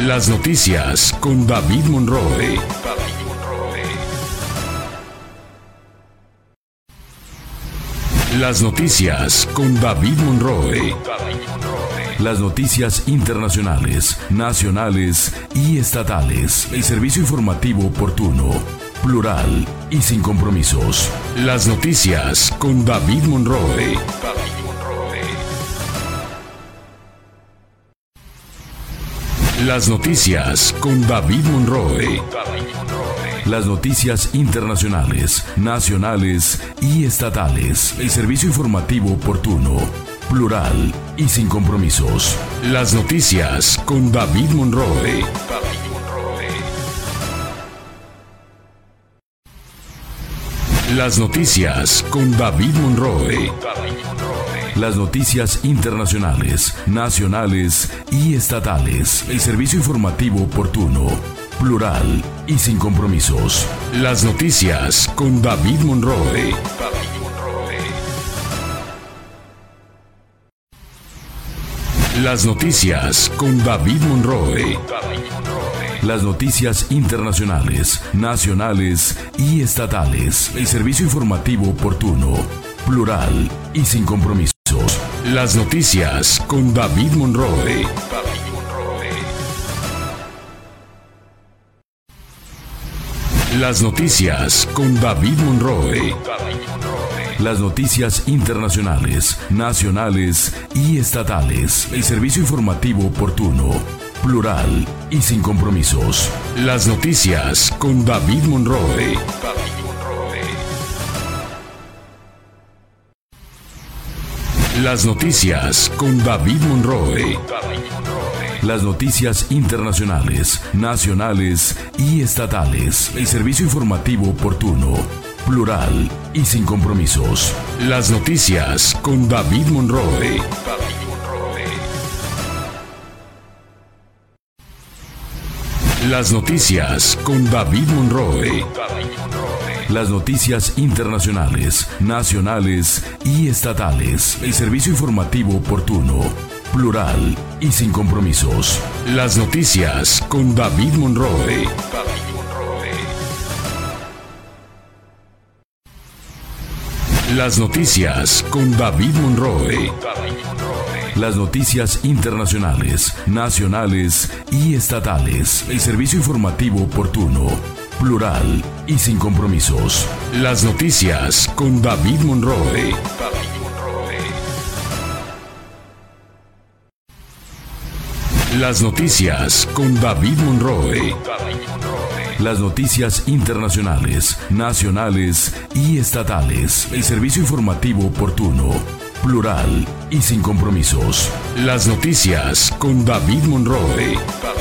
Las noticias con David Monroe. Las noticias con David Monroe. Las noticias internacionales, nacionales y estatales. El servicio informativo oportuno, plural y sin compromisos. Las noticias con David Monroe. Las noticias con David Monroe. Las noticias internacionales, nacionales y estatales. El servicio informativo oportuno, plural y sin compromisos. Las noticias con David Monroe. Las noticias con David Monroe. Las noticias internacionales, nacionales y estatales. El servicio informativo oportuno, plural y sin compromisos. Las noticias con David Monroe. Las noticias con David Monroe. Las noticias internacionales, nacionales y estatales. El servicio informativo oportuno, plural y sin compromisos. Las noticias con David Monroe. Las noticias con David Monroe. Las noticias internacionales, nacionales y estatales. El servicio informativo oportuno, plural y sin compromisos. Las noticias con David Monroe. Las noticias con David Monroe. Las noticias internacionales, nacionales y estatales. El servicio informativo oportuno, plural y sin compromisos. Las noticias con David Monroe. Las noticias con David Monroe. Las noticias internacionales, nacionales y estatales. El servicio informativo oportuno, plural y sin compromisos. Las noticias con David Monroe. Las noticias con David Monroe. Las noticias internacionales, nacionales y estatales. El servicio informativo oportuno, plural y sin compromisos. Las noticias con David Monroe. Las noticias con David Monroe. Las noticias internacionales, nacionales y estatales. El servicio informativo oportuno, plural y sin compromisos. Las noticias con David Monroe.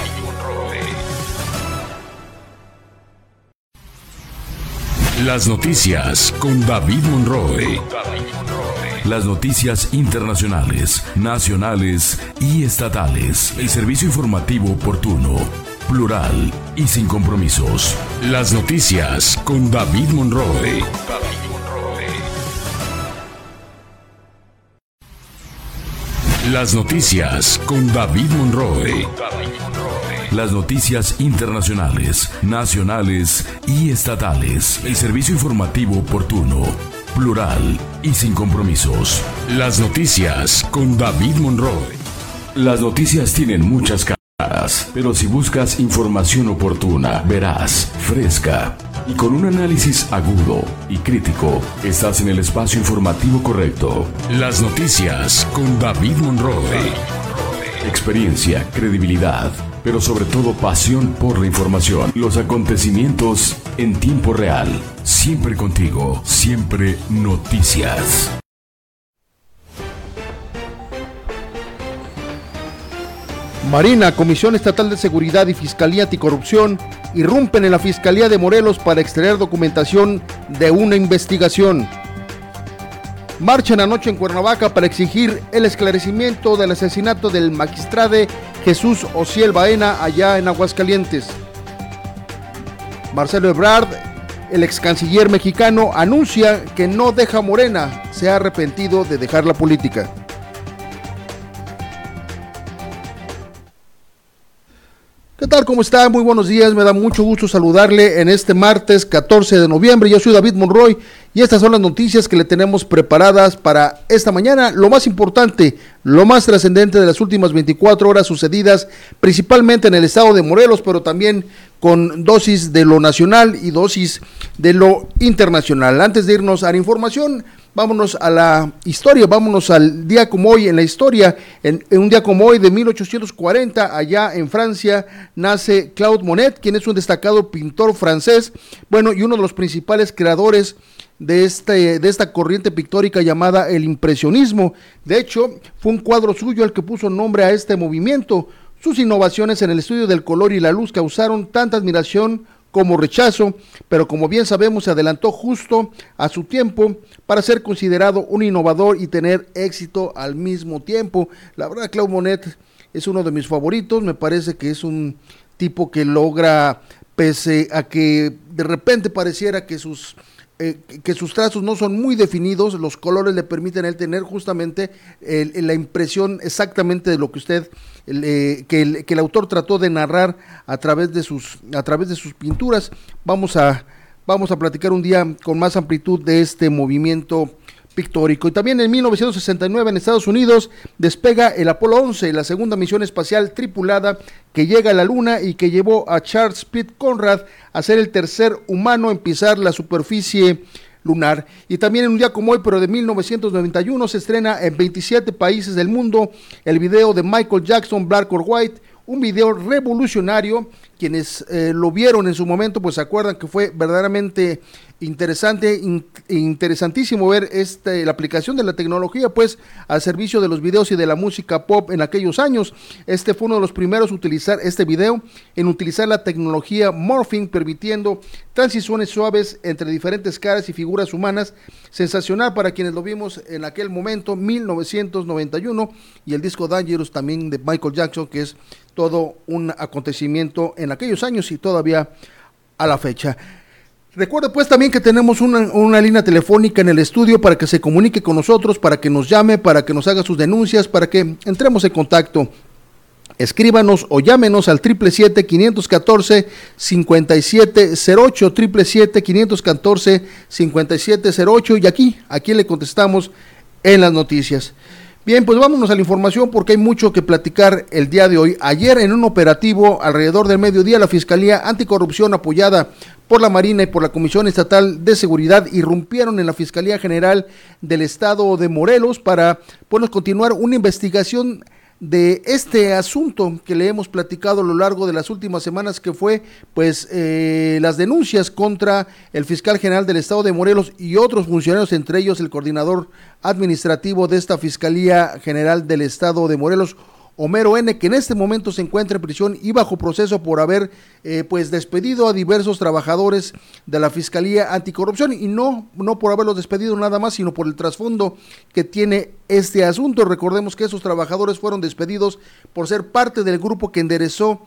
Las noticias con David Monroe. Las noticias internacionales, nacionales y estatales. El servicio informativo oportuno, plural y sin compromisos. Las noticias con David Monroe. Las noticias con David Monroe. Las noticias internacionales, nacionales y estatales. El servicio informativo oportuno, plural y sin compromisos. Las noticias con David Monroe. Las noticias tienen muchas caras, pero si buscas información oportuna, veraz, fresca y con un análisis agudo y crítico, estás en el espacio informativo correcto. Las noticias con David Monroe. Experiencia, credibilidad, pero sobre todo pasión por la información. Los acontecimientos en tiempo real. Siempre contigo, siempre noticias. Marina, Comisión Estatal de Seguridad y Fiscalía Anticorrupción irrumpen en la Fiscalía de Morelos para extraer documentación de una investigación. Marchan anoche en Cuernavaca para exigir el esclarecimiento del asesinato del magistrado Jesús Ociel Baena allá en Aguascalientes. Marcelo Ebrard, el ex canciller mexicano, anuncia que no deja Morena, se ha arrepentido de dejar la política. ¿Qué tal? ¿Cómo está? Muy buenos días, me da mucho gusto saludarle en este martes 14 de noviembre. Yo soy David Monroy y estas son las noticias que le tenemos preparadas para esta mañana. Lo más importante, lo más trascendente de las últimas 24 horas sucedidas, principalmente en el estado de Morelos, pero también con dosis de lo nacional y dosis de lo internacional. Antes de irnos a la información, vámonos a la historia, vámonos al día como hoy en la historia. En un día como hoy de 1840, allá en Francia, nace Claude Monet, quien es un destacado pintor francés, bueno, y uno de los principales creadores de esta corriente pictórica llamada el impresionismo. De hecho, fue un cuadro suyo el que puso nombre a este movimiento. Sus innovaciones en el estudio del color y la luz causaron tanta admiración como rechazo, pero como bien sabemos se adelantó justo a su tiempo para ser considerado un innovador y tener éxito al mismo tiempo. La verdad, Claude Monet es uno de mis favoritos, me parece que es un tipo que logra, pese a que de repente pareciera que sus trazos no son muy definidos, los colores le permiten a él tener justamente la impresión exactamente de lo que que el autor trató de narrar a través de sus pinturas. Vamos a platicar un día con más amplitud de este movimiento pictórico. Y también en 1969 en Estados Unidos despega el Apolo 11, la segunda misión espacial tripulada que llega a la Luna y que llevó a Charles Pitt Conrad a ser el tercer humano en pisar la superficie lunar. Y también en un día como hoy, pero de 1991, se estrena en 27 países del mundo el video de Michael Jackson, Black or White, un video revolucionario. Quienes lo vieron en su momento, pues se acuerdan que fue verdaderamente interesantísimo ver la aplicación de la tecnología, pues, al servicio de los videos y de la música pop en aquellos años. Este fue uno de los primeros a utilizar utilizar la tecnología morphing, permitiendo transiciones suaves entre diferentes caras y figuras humanas. Sensacional para quienes lo vimos en aquel momento, 1991, y el disco Dangerous también de Michael Jackson, que es todo un acontecimiento en aquellos años y todavía a la fecha. Recuerda pues también que tenemos una línea telefónica en el estudio para que se comunique con nosotros, para que nos llame, para que nos haga sus denuncias, para que entremos en contacto. Escríbanos o llámenos al 777-514-5708, 777-514-5708, y aquí le contestamos en las noticias. Bien, pues vámonos a la información porque hay mucho que platicar el día de hoy. Ayer, en un operativo alrededor del mediodía, la Fiscalía Anticorrupción, apoyada por la Marina y por la Comisión Estatal de Seguridad, irrumpieron en la Fiscalía General del Estado de Morelos para continuar una investigación de este asunto que le hemos platicado a lo largo de las últimas semanas, que fue las denuncias contra el fiscal general del estado de Morelos y otros funcionarios, entre ellos el coordinador administrativo de esta Fiscalía General del estado de Morelos, Homero N., que en este momento se encuentra en prisión y bajo proceso por haber despedido a diversos trabajadores de la Fiscalía Anticorrupción, y no por haberlos despedido nada más, sino por el trasfondo que tiene este asunto. Recordemos que esos trabajadores fueron despedidos por ser parte del grupo que enderezó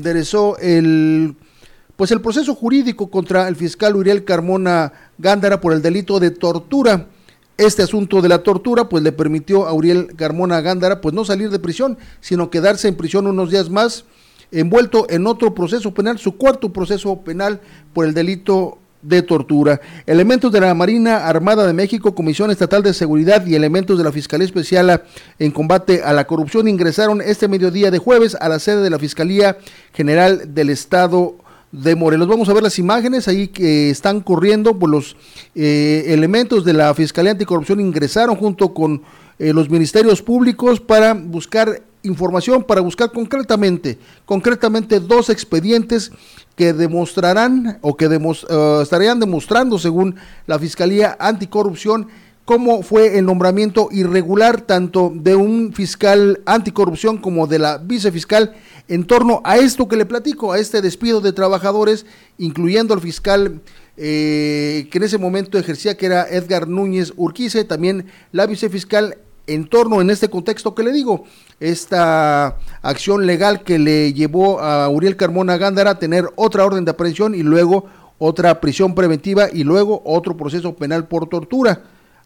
el proceso jurídico contra el fiscal Uriel Carmona Gándara por el delito de tortura. Este asunto de la tortura le permitió a Uriel Carmona Gándara no salir de prisión, sino quedarse en prisión unos días más, envuelto en otro proceso penal, su cuarto proceso penal por el delito de tortura. Elementos de la Marina Armada de México, Comisión Estatal de Seguridad y elementos de la Fiscalía Especial en Combate a la Corrupción ingresaron este mediodía de jueves a la sede de la Fiscalía General del Estado de Morelos. Vamos a ver las imágenes ahí que están corriendo. Los elementos de la Fiscalía Anticorrupción ingresaron junto con los ministerios públicos para buscar información, para buscar concretamente 2 expedientes que demostrarán o que estarían demostrando, según la Fiscalía Anticorrupción, cómo fue el nombramiento irregular tanto de un fiscal anticorrupción como de la vicefiscal en torno a esto que le platico, a este despido de trabajadores, incluyendo al fiscal que en ese momento ejercía, que era Edgar Núñez Urquize, también la vicefiscal, en torno, en este contexto que le digo, esta acción legal que le llevó a Uriel Carmona Gándara a tener otra orden de aprehensión y luego otra prisión preventiva y luego otro proceso penal por tortura.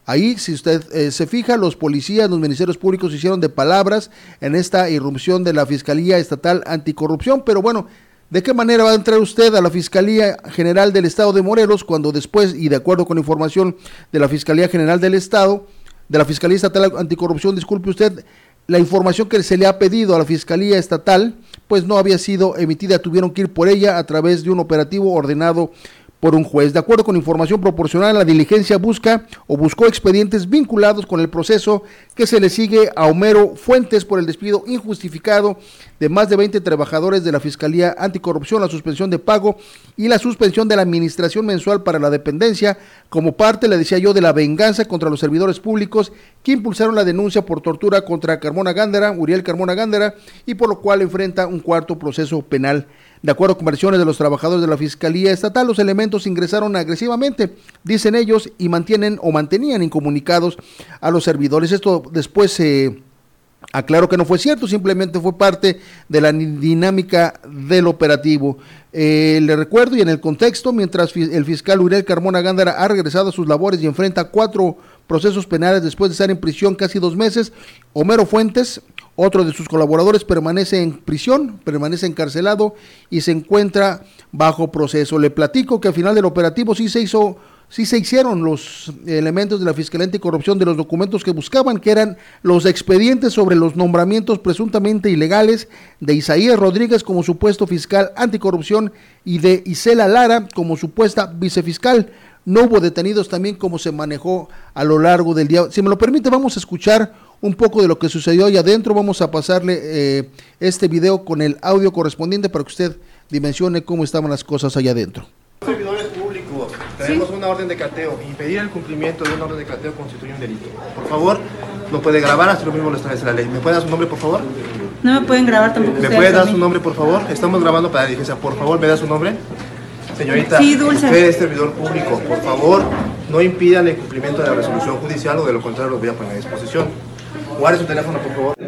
Ahí, si usted se fija, los policías, los ministerios públicos hicieron de palabras en esta irrupción de la Fiscalía Estatal Anticorrupción, pero bueno, ¿de qué manera va a entrar usted a la Fiscalía General del Estado de Morelos cuando después, y de acuerdo con información de la Fiscalía General del Estado, de la Fiscalía Estatal Anticorrupción, disculpe usted, la información que se le ha pedido a la Fiscalía Estatal, pues no había sido emitida, tuvieron que ir por ella a través de un operativo ordenado por un juez? De acuerdo con información proporcional, la diligencia buscó expedientes vinculados con el proceso que se le sigue a Homero Fuentes por el despido injustificado de más de 20 trabajadores de la Fiscalía Anticorrupción, la suspensión de pago y la suspensión de la administración mensual para la dependencia, como parte, le decía yo, de la venganza contra los servidores públicos que impulsaron la denuncia por tortura contra Uriel Carmona Gándara, y por lo cual enfrenta un cuarto proceso penal. De acuerdo con versiones de los trabajadores de la Fiscalía Estatal, los elementos ingresaron agresivamente, dicen ellos, y mantenían incomunicados a los servidores. Esto después se aclaró que no fue cierto, simplemente fue parte de la dinámica del operativo. Le recuerdo, y en el contexto, mientras el fiscal Uriel Carmona Gándara ha regresado a sus labores y enfrenta 4 procesos penales después de estar en prisión casi 2 meses, Homero Fuentes, otro de sus colaboradores, permanece en prisión, permanece encarcelado y se encuentra bajo proceso. Le platico que al final del operativo sí se hicieron los elementos de la Fiscalía Anticorrupción de los documentos que buscaban, que eran los expedientes sobre los nombramientos presuntamente ilegales de Isaías Rodríguez como supuesto fiscal anticorrupción y de Isela Lara como supuesta vicefiscal. No hubo detenidos también, como se manejó a lo largo del día. Si me lo permite, vamos a escuchar un poco de lo que sucedió allá adentro. Vamos a pasarle este video con el audio correspondiente para que usted dimensione cómo estaban las cosas allá adentro. Servidores públicos, tenemos una orden de cateo. Impedir el cumplimiento de una orden de cateo constituye un delito. Por favor, no puede grabar, hasta lo mismo lo establece la ley. ¿Me puede dar su nombre, por favor? No me pueden grabar tampoco. ¿Me puede dar su nombre, por favor? Estamos grabando para la diligencia. Por favor, ¿me da su nombre? Señorita, sí, Dulce. Usted es servidor público. Por favor, no impidan el cumplimiento de la resolución judicial o de lo contrario los voy a poner a disposición. Guarde su teléfono, por favor.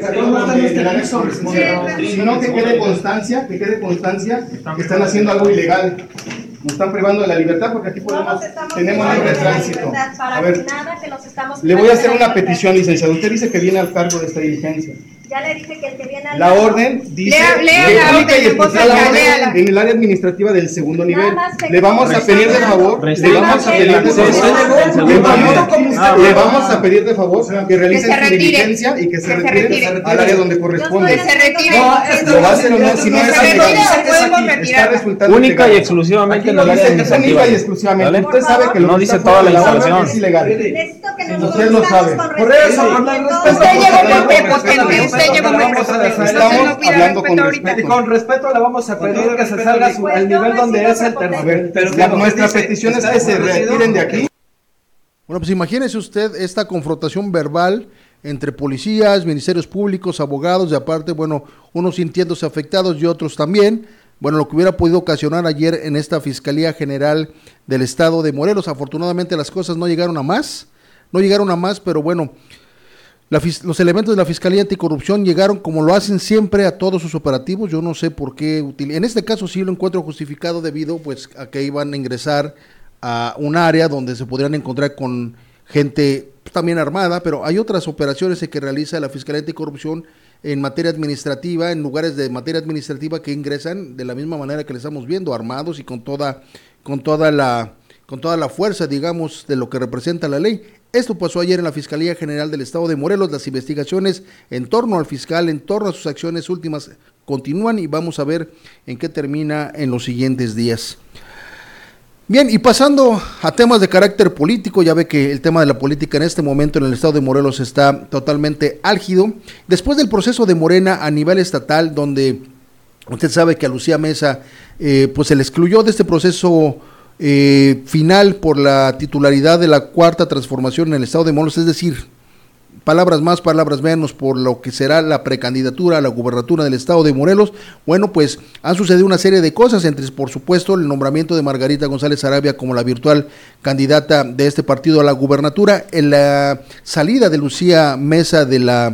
Sino que quede constancia que están haciendo algo ilegal. Nos están privando de la libertad porque aquí tenemos libre tránsito. A ver, le voy a hacer una petición, licenciado. Usted dice que viene al cargo de esta diligencia. Ya le dije que el que viene al la orden dice en el área administrativa del segundo nivel. Le vamos a pedir de favor, le vamos a pedir de favor que realicen su diligencia y que se retire al área donde corresponde. Que se retire. Lo va a hacer o no, si no es está resultando única y exclusivamente en el área administrativa. Única y exclusivamente. Usted sabe que no dice toda la instalación es ilegal. Necesito que nosotros Usted lo sabe. Por eso, usted llegó muy prepotente, usted llegó muy prepotente. Estamos hablando con respeto. Y con respeto le vamos a pedir que se salga al nivel donde es el terreno. Nuestra petición es que se retiren de aquí. Bueno, pues imagínese usted esta confrontación verbal entre policías, ministerios públicos, abogados, y aparte, bueno, unos sintiéndose afectados y otros también. Bueno, lo que hubiera podido ocasionar ayer en esta Fiscalía General del Estado de Morelos. Afortunadamente las cosas no llegaron a más, pero bueno, los elementos de la Fiscalía Anticorrupción llegaron como lo hacen siempre a todos sus operativos. Yo no sé por qué, en este caso sí lo encuentro justificado debido pues a que iban a ingresar a un área donde se podrían encontrar con gente también armada, pero hay otras operaciones que realiza la Fiscalía Anticorrupción en materia administrativa, en lugares de materia administrativa que ingresan de la misma manera que le estamos viendo, armados y con toda la fuerza, digamos, de lo que representa la ley. Esto pasó ayer en la Fiscalía General del Estado de Morelos. Las investigaciones en torno al fiscal, en torno a sus acciones últimas, continúan y vamos a ver en qué termina en los siguientes días. Bien, y pasando a temas de carácter político, ya ve que el tema de la política en este momento en el estado de Morelos está totalmente álgido. Después del proceso de Morena a nivel estatal, donde usted sabe que a Lucía Mesa pues se le excluyó de este proceso final por la titularidad de la Cuarta Transformación en el estado de Morelos, es decir, palabras más, palabras menos, por lo que será la precandidatura a la gubernatura del estado de Morelos. Bueno, pues han sucedido una serie de cosas, entre por supuesto el nombramiento de Margarita González Arabia como la virtual candidata de este partido a la gubernatura, en la salida de Lucía Mesa de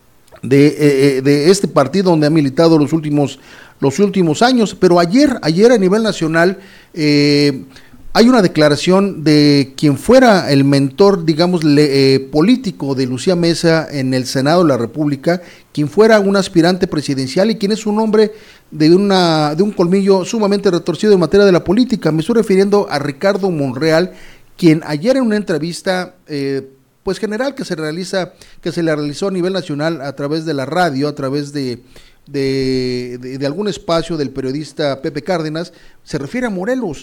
este partido donde ha militado los últimos años, pero ayer a nivel nacional hay una declaración de quien fuera el mentor, digamos, político de Lucía Mesa en el Senado de la República, quien fuera un aspirante presidencial y quien es un hombre de un colmillo sumamente retorcido en materia de la política. Me estoy refiriendo a Ricardo Monreal, quien ayer en una entrevista pues general que se le realizó a nivel nacional a través de la radio, a través de algún espacio del periodista Pepe Cárdenas, se refiere a Morelos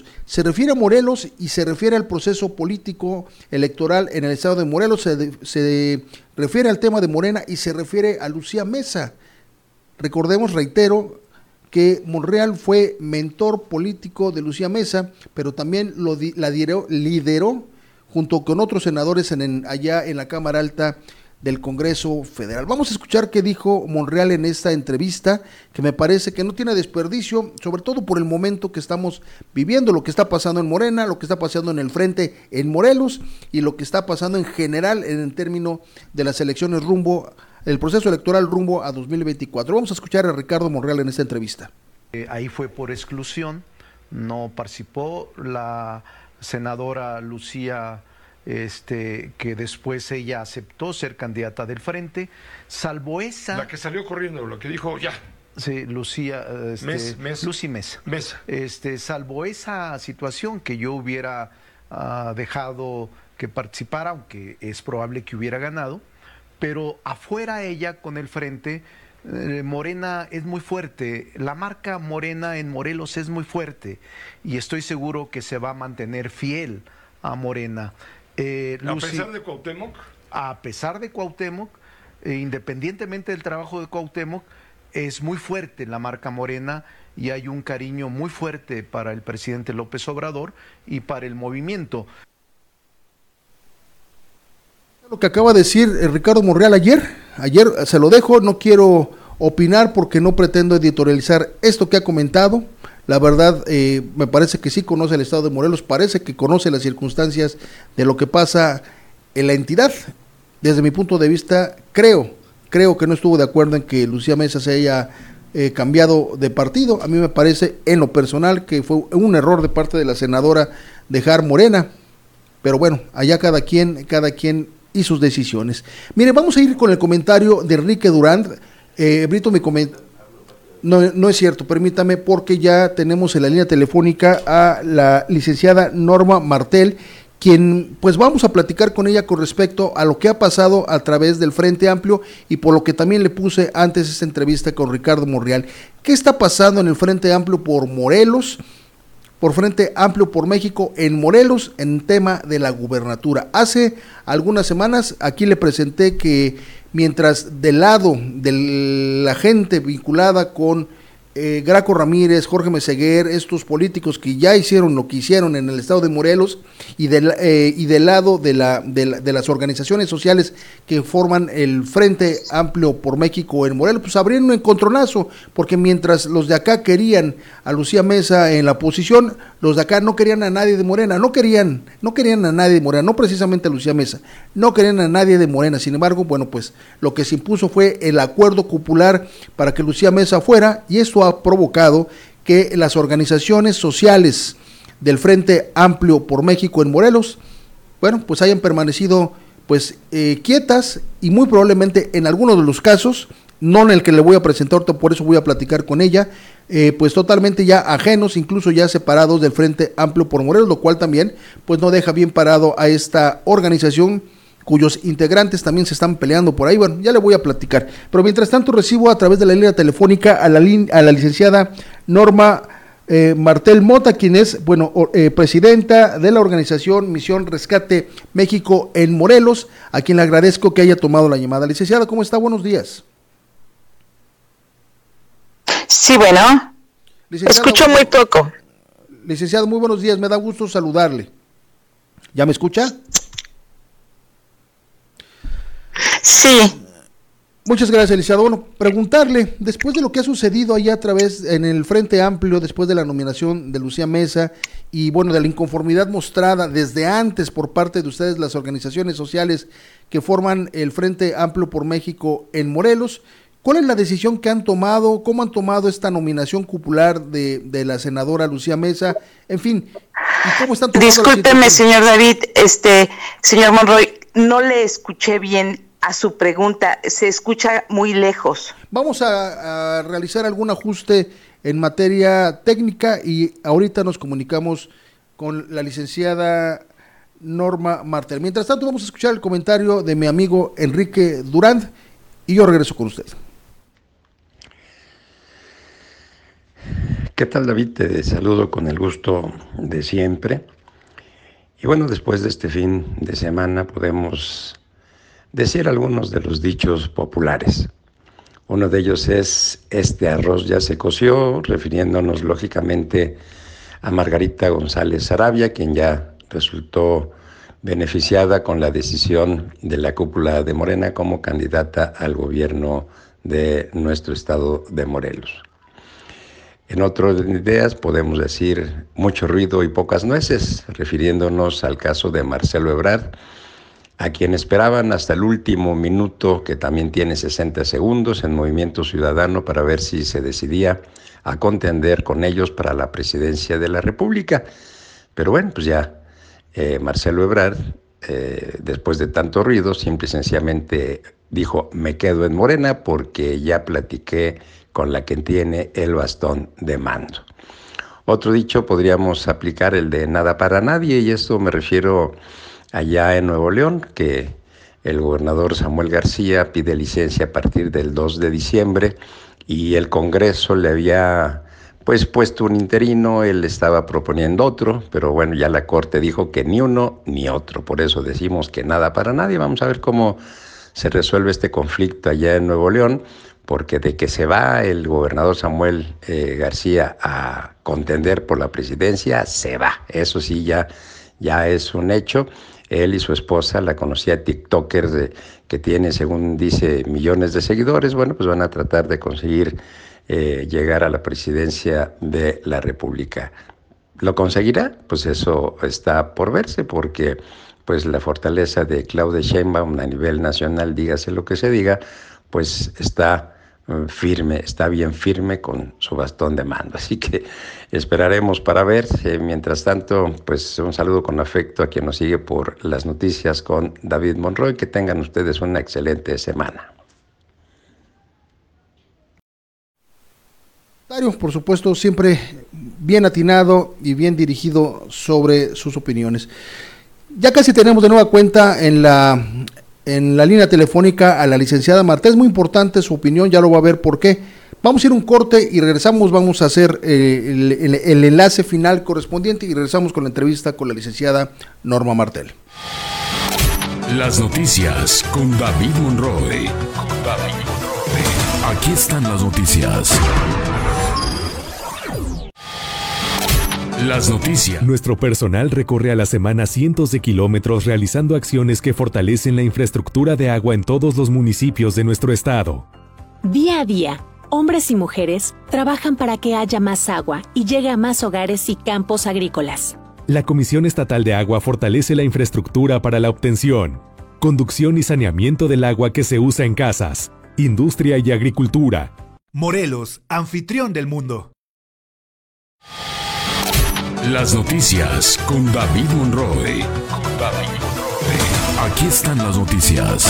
y se refiere al proceso político electoral en el estado de Morelos, se refiere al tema de Morena y se refiere a Lucía Mesa. Recordemos, reitero, que Monreal fue mentor político de Lucía Mesa, pero también lideró junto con otros senadores allá en la Cámara Alta del Congreso Federal. Vamos a escuchar qué dijo Monreal en esta entrevista, que me parece que no tiene desperdicio, sobre todo por el momento que estamos viviendo, lo que está pasando en Morena, lo que está pasando en el frente en Morelos y lo que está pasando en general en el término de las elecciones el proceso electoral rumbo a 2024. Vamos a escuchar a Ricardo Monreal en esta entrevista. Ahí fue por exclusión, no participó la senadora Lucía, que después ella aceptó ser candidata del frente, salvo esa... La que salió corriendo, la que dijo ya. Sí, Lucía, Lucy Mesa. Salvo esa situación que yo hubiera dejado que participara, aunque es probable que hubiera ganado, pero afuera ella con el frente, Morena es muy fuerte, la marca Morena en Morelos es muy fuerte y estoy seguro que se va a mantener fiel a Morena. ¿A pesar de Cuauhtémoc? A pesar de Cuauhtémoc, independientemente del trabajo de Cuauhtémoc, es muy fuerte la marca Morena y hay un cariño muy fuerte para el presidente López Obrador y para el movimiento. Lo que acaba de decir Ricardo Monreal ayer se lo dejo, no quiero opinar porque no pretendo editorializar esto que ha comentado. La verdad, me parece que sí conoce el estado de Morelos, parece que conoce las circunstancias de lo que pasa en la entidad. Desde mi punto de vista, creo que no estuvo de acuerdo en que Lucía Mesa se haya cambiado de partido. A mí me parece, en lo personal, que fue un error de parte de la senadora dejar Morena, pero bueno, allá cada quien y sus decisiones. Mire, vamos a ir con el comentario de Enrique Durán. Brito, no es cierto, permítame, porque ya tenemos en la línea telefónica a la licenciada Norma Martel, quien pues vamos a platicar con ella con respecto a lo que ha pasado a través del Frente Amplio y por lo que también le puse antes esta entrevista con Ricardo Monreal. ¿Qué está pasando en el Frente Amplio por Morelos? Por Frente Amplio por México en Morelos en tema de la gubernatura. Hace algunas semanas aquí le presenté que mientras del lado de la gente vinculada con Graco Ramírez, Jorge Meseguer, estos políticos que ya hicieron lo que hicieron en el estado de Morelos y del lado de las organizaciones sociales que forman el Frente Amplio por México en Morelos, pues abrieron un encontronazo, porque mientras los de acá querían a Lucía Mesa en la posición, los de acá no querían a nadie de Morena, no querían a nadie de Morena, no precisamente a Lucía Mesa, no querían a nadie de Morena. Sin embargo, bueno, pues lo que se impuso fue el acuerdo popular para que Lucía Mesa fuera, y esto ha provocado que las organizaciones sociales del Frente Amplio por México en Morelos, bueno, pues hayan permanecido pues quietas y muy probablemente en algunos de los casos, no en el que le voy a presentar, por eso voy a platicar con ella, pues totalmente ya ajenos, incluso ya separados del Frente Amplio por Morelos, lo cual también pues no deja bien parado a esta organización cuyos integrantes también se están peleando por ahí. Bueno, ya le voy a platicar, pero mientras tanto recibo a través de la línea telefónica a la licenciada Norma Martel Mota, quien es, bueno, presidenta de la organización Misión Rescate México en Morelos, a quien le agradezco que haya tomado la llamada. Licenciada, ¿cómo está? Buenos días. Sí, bueno, escucho muy poco. Licenciado, muy buenos días, me da gusto saludarle. ¿Ya me escucha? Sí. Muchas gracias, licenciado. Bueno, preguntarle, después de lo que ha sucedido allá a través en el Frente Amplio, después de la nominación de Lucía Mesa y bueno, de la inconformidad mostrada desde antes por parte de ustedes, las organizaciones sociales que forman el Frente Amplio por México en Morelos, ¿cuál es la decisión que han tomado? ¿Cómo han tomado esta nominación cupular de la senadora Lucía Mesa? En fin, ¿Y cómo están tomando Discúlpeme, señor David, señor Monroy, no le escuché bien a su pregunta, se escucha muy lejos. Vamos a realizar algún ajuste en materia técnica y ahorita nos comunicamos con la licenciada Norma Martel. Mientras tanto, vamos a escuchar el comentario de mi amigo Enrique Durán y yo regreso con usted. ¿Qué tal, David? Te saludo con el gusto de siempre. Y bueno, después de este fin de semana podemos decir algunos de los dichos populares. Uno de ellos es: este arroz ya se coció, refiriéndonos lógicamente a Margarita González Sarabia, quien ya resultó beneficiada con la decisión de la cúpula de Morena como candidata al gobierno de nuestro estado de Morelos. En otras ideas podemos decir mucho ruido y pocas nueces, refiriéndonos al caso de Marcelo Ebrard, a quien esperaban hasta el último minuto, que también tiene 60 segundos, en Movimiento Ciudadano para ver si se decidía a contender con ellos para la presidencia de la República. Pero bueno, pues ya Marcelo Ebrard, después de tanto ruido, simple y sencillamente dijo: me quedo en Morena porque ya platiqué con la que tiene el bastón de mando. Otro dicho podríamos aplicar, el de nada para nadie, y esto me refiero allá en Nuevo León, que el gobernador Samuel García pide licencia a partir del 2 de diciembre y el Congreso le había puesto un interino, él estaba proponiendo otro, pero bueno, ya la Corte dijo que ni uno ni otro, por eso decimos que nada para nadie. Vamos a ver cómo se resuelve este conflicto allá en Nuevo León, porque de que se va el gobernador Samuel García a contender por la presidencia, se va. Eso sí, ya es un hecho. Él y su esposa, la conocida TikToker, que tiene, según dice, millones de seguidores, bueno, pues van a tratar de conseguir llegar a la presidencia de la República. ¿Lo conseguirá? Pues eso está por verse, porque pues la fortaleza de Claudia Sheinbaum a nivel nacional, dígase lo que se diga, pues está firme, está bien firme con su bastón de mando. Así que esperaremos para ver. Mientras tanto, pues un saludo con afecto a quien nos sigue por las noticias con David Monroy. Que tengan ustedes una excelente semana. Dario, por supuesto, siempre bien atinado y bien dirigido sobre sus opiniones. Ya casi tenemos de nueva cuenta en la línea telefónica a la licenciada Martel. Es muy importante su opinión, ya lo va a ver por qué. Vamos a ir un corte y regresamos, vamos a hacer el enlace final correspondiente y regresamos con la entrevista con la licenciada Norma Martel. Las noticias con David Monroy. Aquí están las noticias. Las noticias. Nuestro personal recorre a la semana cientos de kilómetros realizando acciones que fortalecen la infraestructura de agua en todos los municipios de nuestro estado. Día a día, hombres y mujeres trabajan para que haya más agua y llegue a más hogares y campos agrícolas. La Comisión Estatal de Agua fortalece la infraestructura para la obtención, conducción y saneamiento del agua que se usa en casas, industria y agricultura. Morelos, anfitrión del mundo. Las noticias con David Monroy. Aquí están las noticias.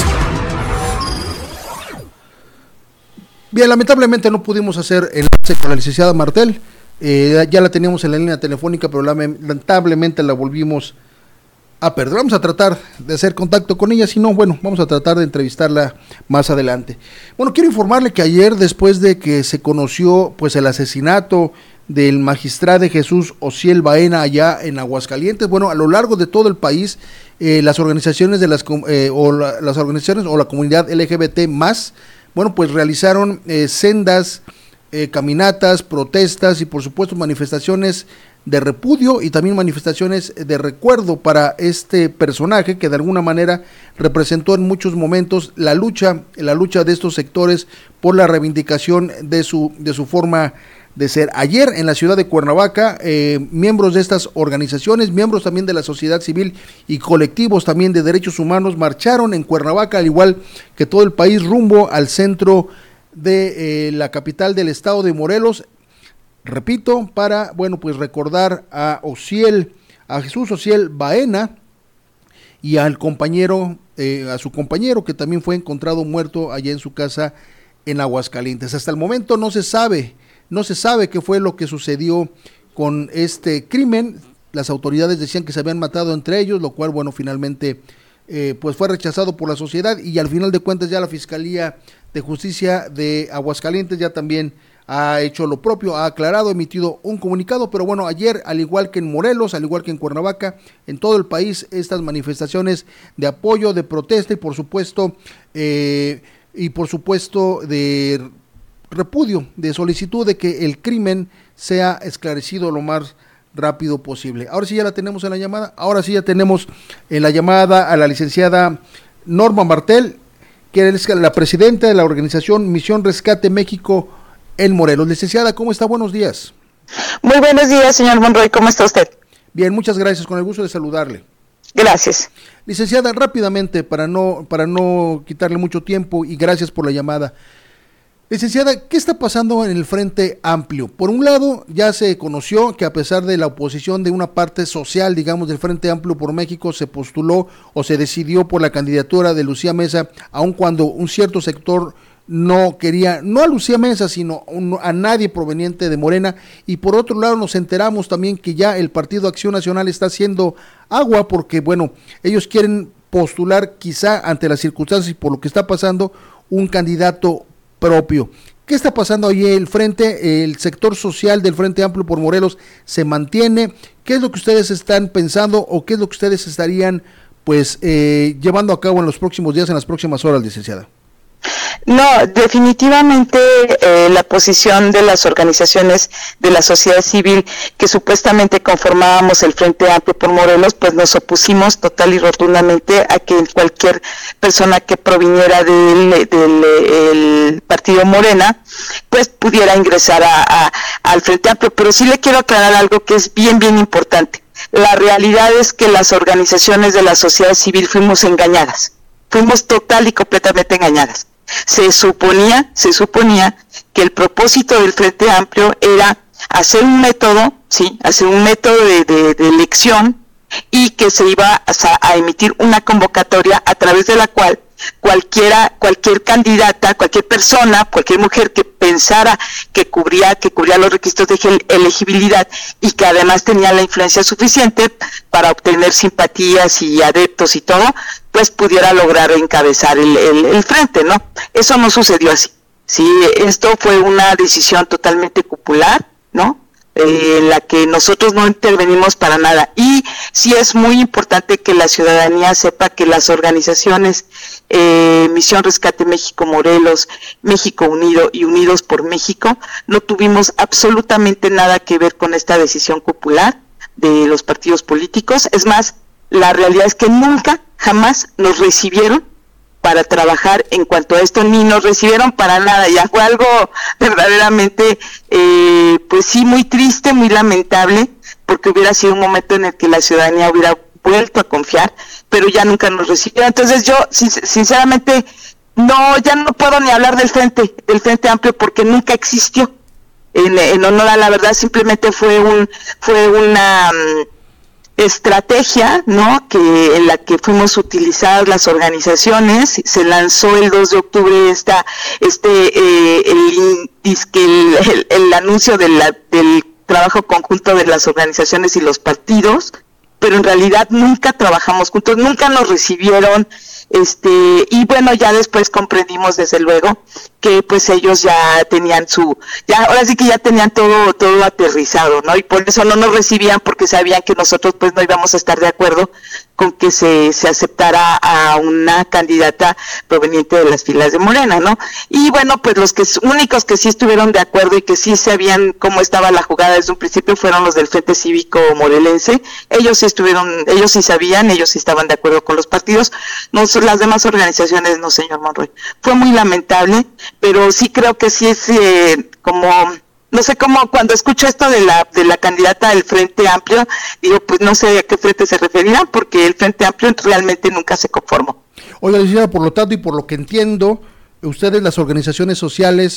Bien, lamentablemente no pudimos hacer enlace con la licenciada Martel. Ya la teníamos en la línea telefónica, pero lamentablemente la volvimos a perder. Vamos a tratar de hacer contacto con ella, si no, bueno, vamos a tratar de entrevistarla más adelante. Bueno, quiero informarle que ayer, después de que se conoció pues el asesinato del magistrado Jesús Ociel Baena allá en Aguascalientes, bueno, a lo largo de todo el país, las organizaciones de las organizaciones o la comunidad LGBT más, bueno, pues realizaron sendas caminatas, protestas y por supuesto manifestaciones de repudio y también manifestaciones de recuerdo para este personaje que de alguna manera representó en muchos momentos la lucha de estos sectores por la reivindicación de su forma de ser. Ayer en la ciudad de Cuernavaca, miembros de estas organizaciones, miembros también de la sociedad civil y colectivos también de derechos humanos marcharon en Cuernavaca, al igual que todo el país, rumbo al centro de la capital del estado de Morelos, repito, para, bueno, pues recordar a Ociel, a Jesús Ociel Baena y al compañero, a su compañero, que también fue encontrado muerto allá en su casa en Aguascalientes. Hasta el momento no se sabe qué fue lo que sucedió con este crimen. Las autoridades decían que se habían matado entre ellos, lo cual, bueno, finalmente pues fue rechazado por la sociedad, y al final de cuentas ya la Fiscalía de Justicia de Aguascalientes ya también ha hecho lo propio, ha aclarado, emitido un comunicado. Pero bueno, ayer, al igual que en Morelos, al igual que en Cuernavaca, en todo el país, estas manifestaciones de apoyo, de protesta y por supuesto de repudio, de solicitud de que el crimen sea esclarecido lo más rápido posible. Ahora sí ya la tenemos en la llamada, ahora sí ya tenemos en la llamada a la licenciada Norma Martel, que es la presidenta de la organización Misión Rescate México en Morelos. Licenciada, ¿cómo está? Buenos días. Muy buenos días, señor Monroy, ¿cómo está usted? Bien, muchas gracias, con el gusto de saludarle. Gracias. Licenciada, rápidamente, para no quitarle mucho tiempo, y gracias por la llamada. Licenciada, ¿qué está pasando en el Frente Amplio? Por un lado, ya se conoció que a pesar de la oposición de una parte social, digamos, del Frente Amplio por México, se postuló o se decidió por la candidatura de Lucía Mesa, aun cuando un cierto sector no quería, no a Lucía Mesa, sino a nadie proveniente de Morena. Y por otro lado nos enteramos también que ya el Partido Acción Nacional está haciendo agua, porque bueno, ellos quieren postular, quizá ante las circunstancias y por lo que está pasando, un candidato propio. ¿Qué está pasando ahí? El sector social del Frente Amplio por Morelos se mantiene. ¿Qué es lo que ustedes están pensando o qué es lo que ustedes estarían pues llevando a cabo en los próximos días, en las próximas horas, licenciada? No, definitivamente la posición de las organizaciones de la sociedad civil que supuestamente conformábamos el Frente Amplio por Morelos, pues nos opusimos total y rotundamente a que cualquier persona que proviniera del partido Morena pues pudiera ingresar al Frente Amplio. Pero sí le quiero aclarar algo que es bien importante. La realidad es que las organizaciones de la sociedad civil fuimos engañadas, fuimos total y completamente engañadas. Se suponía que el propósito del Frente Amplio era hacer un método, de elección, y que se iba a emitir una convocatoria a través de la cual cualquier candidata, cualquier persona, cualquier mujer que pensara que cubría los requisitos de elegibilidad y que además tenía la influencia suficiente para obtener simpatías y adeptos y todo, pues pudiera lograr encabezar el frente, ¿no? Eso no sucedió así. Sí, esto fue una decisión totalmente popular, ¿no? En la que nosotros no intervenimos para nada. Y sí es muy importante que la ciudadanía sepa que las organizaciones Misión Rescate México Morelos, México Unido y Unidos por México no tuvimos absolutamente nada que ver con esta decisión popular de los partidos políticos. Es más, la realidad es que nunca, jamás nos recibieron para trabajar en cuanto a esto, ni nos recibieron para nada. Ya fue algo verdaderamente, pues sí, muy triste, muy lamentable, porque hubiera sido un momento en el que la ciudadanía hubiera vuelto a confiar, pero ya nunca nos recibieron. Entonces yo, sinceramente, ya no puedo ni hablar del Frente Amplio, porque nunca existió. En honor a la verdad, simplemente fue una estrategia, ¿no?, en la que fuimos utilizadas las organizaciones. Se lanzó el 2 de octubre el anuncio del trabajo conjunto de las organizaciones y los partidos, pero en realidad nunca trabajamos juntos, nunca nos recibieron, y bueno, ya después comprendimos desde luego que pues ellos ya tenían ahora sí que ya tenían todo aterrizado, ¿no? Y por eso no nos recibían, porque sabían que nosotros pues no íbamos a estar de acuerdo con que se aceptara a una candidata proveniente de las filas de Morena, ¿no? Y bueno, pues los únicos que sí estuvieron de acuerdo y que sí sabían cómo estaba la jugada desde un principio fueron los del Frente Cívico Morelense. Ellos sí sabían, ellos sí estaban de acuerdo con los partidos. Las demás organizaciones no, señor Monroy. Fue muy lamentable, pero sí creo que sí es no sé cómo, cuando escucho esto de la candidata del Frente Amplio, digo, pues no sé a qué frente se referirán, porque el Frente Amplio realmente nunca se conformó. Oiga, licenciada, por lo tanto y por lo que entiendo, ustedes, las organizaciones sociales,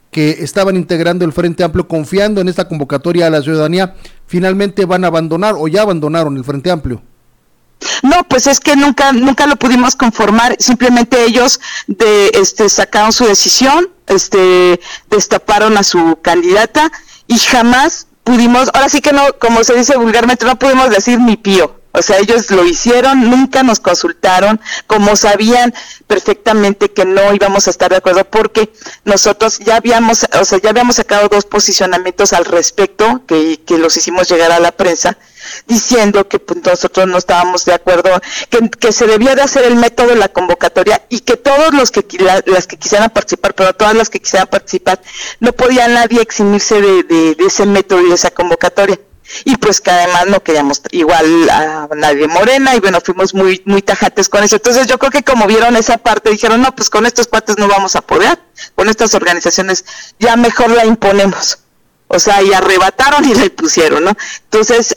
que estaban integrando el Frente Amplio, confiando en esta convocatoria a la ciudadanía, finalmente van a abandonar o ya abandonaron el Frente Amplio? No, pues es que nunca lo pudimos conformar, simplemente ellos sacaron su decisión, destaparon a su candidata y jamás pudimos, ahora sí que no, como se dice vulgarmente, no pudimos decir ni pío. O sea, ellos lo hicieron, nunca nos consultaron, como sabían perfectamente que no íbamos a estar de acuerdo, porque nosotros ya habíamos sacado 2 posicionamientos al respecto, que los hicimos llegar a la prensa, diciendo que pues, nosotros no estábamos de acuerdo, que se debía de hacer el método de la convocatoria y que todos las que quisieran participar, pero todas las que quisieran participar, no podía nadie eximirse de ese método y de esa convocatoria. Y pues que además no queríamos igual a nadie Morena, y bueno, fuimos muy tajantes con eso. Entonces yo creo que como vieron esa parte, dijeron, no, pues con estos cuates no vamos a poder, con estas organizaciones ya mejor la imponemos. O sea, y arrebataron y la impusieron, ¿no? Entonces,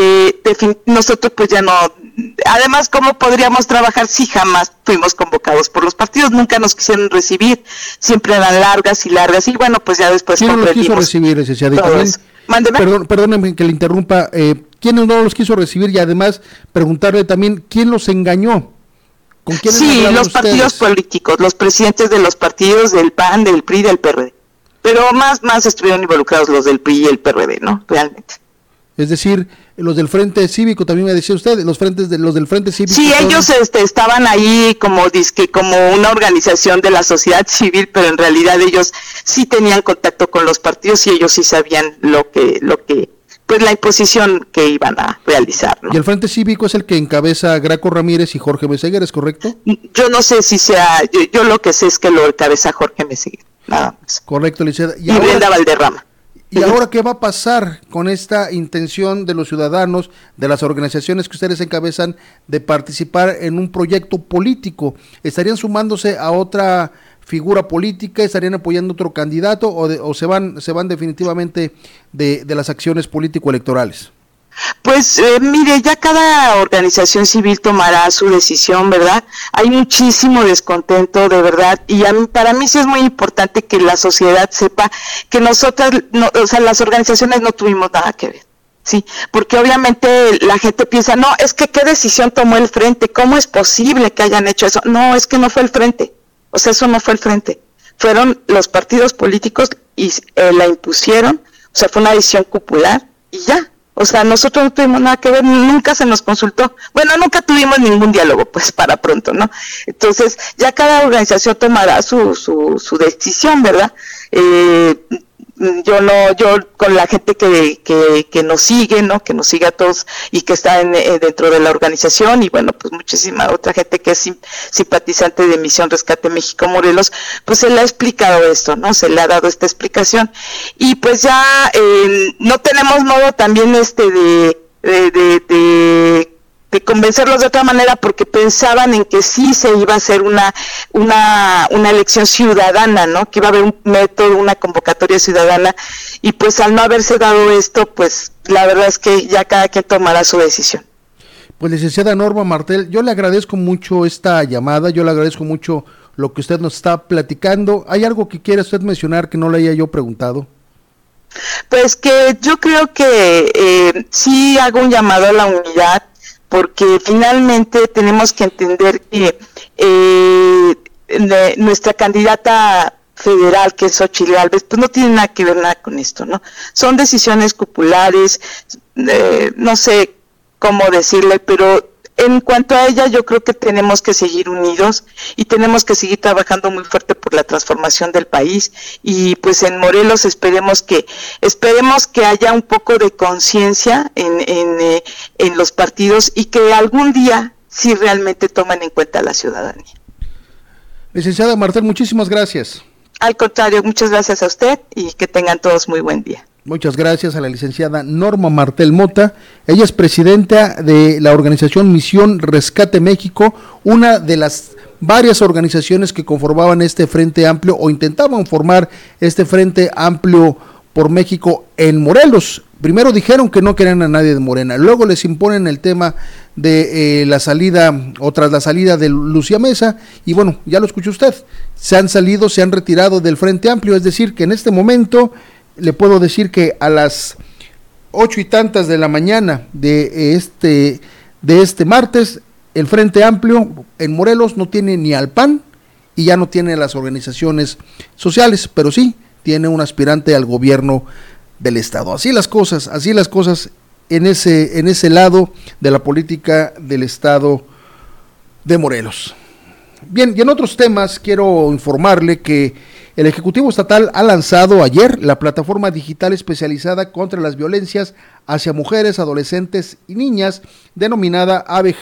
nosotros pues ya no, además, ¿cómo podríamos trabajar si jamás fuimos convocados por los partidos? Nunca nos quisieron recibir, siempre eran largas, y bueno, pues ya después ¿quién no los quiso recibir, licenciada? Perdóneme que le interrumpa, ¿quién no los quiso recibir? Y además, preguntarle también, ¿quién los engañó? ¿Con quién los partidos políticos, los presidentes de los partidos del PAN, del PRI, del PRD. Pero más estuvieron involucrados los del PRI y el PRD, ¿no? Realmente. Es decir, los del Frente Cívico, también me decía usted, los del Frente Cívico. Sí, ellos estaban ahí como una organización de la sociedad civil, pero en realidad ellos sí tenían contacto con los partidos y ellos sí sabían lo que pues la imposición que iban a realizar, ¿no? ¿Y el Frente Cívico es el que encabeza Graco Ramírez y Jorge Meseguer, es correcto? Yo no sé si sea, yo lo que sé es que lo encabeza Jorge Meseguer, nada más. Correcto, licenciada. Y Brenda Valderrama. ¿Y ahora qué va a pasar con esta intención de los ciudadanos, de las organizaciones que ustedes encabezan, de participar en un proyecto político? ¿Estarían sumándose a otra figura política? ¿Estarían apoyando otro candidato? ¿O se van definitivamente de las acciones político-electorales? Pues mire, ya cada organización civil tomará su decisión, ¿verdad? Hay muchísimo descontento, de verdad, y para mí sí es muy importante que la sociedad sepa que nosotras, las organizaciones no tuvimos nada que ver, ¿sí? Porque obviamente la gente piensa, no, es que ¿qué decisión tomó el Frente? ¿Cómo es posible que hayan hecho eso? No, es que no fue el Frente, o sea, eso no fue el Frente, fueron los partidos políticos y la impusieron, o sea, fue una decisión popular y ya. O sea, nosotros no tuvimos nada que ver, nunca se nos consultó. Bueno, nunca tuvimos ningún diálogo, pues para pronto, ¿no? Entonces, ya cada organización tomará su decisión, ¿verdad? Yo con la gente que nos sigue, ¿no? Que nos sigue a todos y que está dentro de la organización, y bueno, pues muchísima otra gente que es simpatizante de Misión Rescate México Morelos, pues se le ha explicado esto, ¿no? Se le ha dado esta explicación, y pues ya no tenemos modo también de convencerlos de otra manera, porque pensaban en que sí se iba a hacer una elección ciudadana, ¿no? Que iba a haber un método, una convocatoria ciudadana, y pues al no haberse dado esto, pues la verdad es que ya cada quien tomará su decisión. Pues licenciada Norma Martel, yo le agradezco mucho esta llamada, yo le agradezco mucho lo que usted nos está platicando. ¿Hay algo que quiera usted mencionar que no le haya yo preguntado? Pues que yo creo que sí hago un llamado a la unidad, porque finalmente tenemos que entender que nuestra candidata federal, que es Xochitl Gálvez, pues no tiene nada que ver con esto, ¿no? Son decisiones populares, no sé cómo decirle, pero en cuanto a ella, yo creo que tenemos que seguir unidos y tenemos que seguir trabajando muy fuerte por la transformación del país, y pues en Morelos esperemos que haya un poco de conciencia en los partidos, y que algún día sí realmente tomen en cuenta a la ciudadanía. Licenciada Martel, muchísimas gracias. Al contrario, muchas gracias a usted y que tengan todos muy buen día. Muchas gracias a la licenciada Norma Martel Mota. Ella es presidenta de la organización Misión Rescate México, una de las varias organizaciones que conformaban este Frente Amplio o intentaban formar este Frente Amplio por México en Morelos. primero dijeron que no querían a nadie de Morena, luego les imponen el tema de la salida, o tras la salida de Lucía Mesa, y bueno, ya lo escuchó usted, se han retirado del Frente Amplio, es decir, que en este momento le puedo decir que a las 8 y tantas de la mañana de este martes, el Frente Amplio en Morelos no tiene ni al PAN y ya no tiene las organizaciones sociales, pero sí tiene un aspirante al gobierno del estado. Así las cosas en ese lado de la política del estado de Morelos. Bien, y en otros temas quiero informarle que el Ejecutivo Estatal ha lanzado ayer la plataforma digital especializada contra las violencias hacia mujeres, adolescentes y niñas, denominada